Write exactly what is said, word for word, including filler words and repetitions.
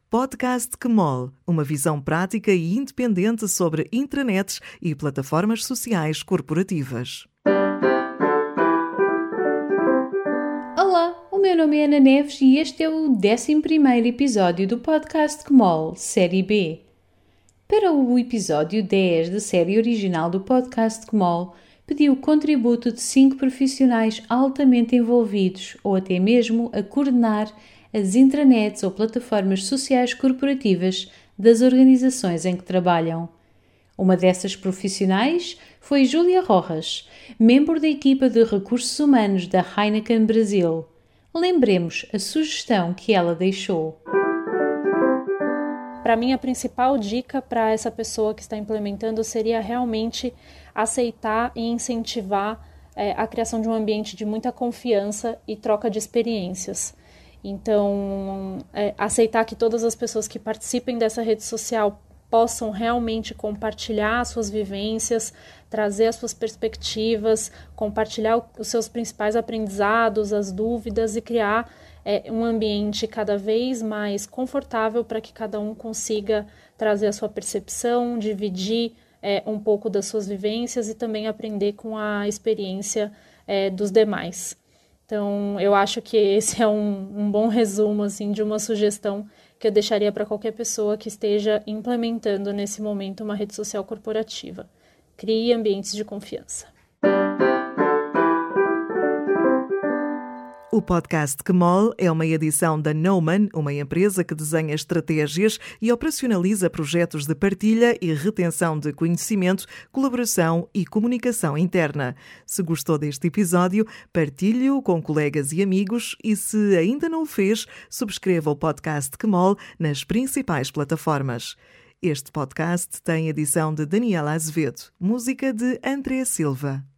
Podcast Que Mole, uma visão prática e independente sobre intranets e plataformas sociais corporativas. Olá, o meu nome é Ana Neves e este é o décimo primeiro episódio do Podcast Que Mole, Série B. Para o episódio dez da série original do Podcast Que Mole, pedi o contributo de cinco profissionais altamente envolvidos ou até mesmo a coordenar as intranets ou plataformas sociais corporativas das organizações em que trabalham. Uma dessas profissionais foi Júlia Rojas, membro da equipa de recursos humanos da Heineken Brasil. Lembremos a sugestão que ela deixou. Para mim, a principal dica para essa pessoa que está implementando seria realmente aceitar e incentivar é, a criação de um ambiente de muita confiança e troca de experiências. Então, é, aceitar que todas as pessoas que participem dessa rede social possam realmente compartilhar as suas vivências, trazer as suas perspectivas, compartilhar os seus principais aprendizados, as dúvidas e criar é, um ambiente cada vez mais confortável para que cada um consiga trazer a sua percepção, dividir é, um pouco das suas vivências e também aprender com a experiência é, dos demais. Então, eu acho que esse é um, um bom resumo assim, de uma sugestão que eu deixaria para qualquer pessoa que esteja implementando nesse momento uma rede social corporativa. Crie ambientes de confiança. O Podcast Que Mole é uma edição da Knowman, uma empresa que desenha estratégias e operacionaliza projetos de partilha e retenção de conhecimento, colaboração e comunicação interna. Se gostou deste episódio, partilhe-o com colegas e amigos e, se ainda não o fez, subscreva o Podcast Que Mole nas principais plataformas. Este podcast tem edição de Daniela Azevedo, música de André Silva.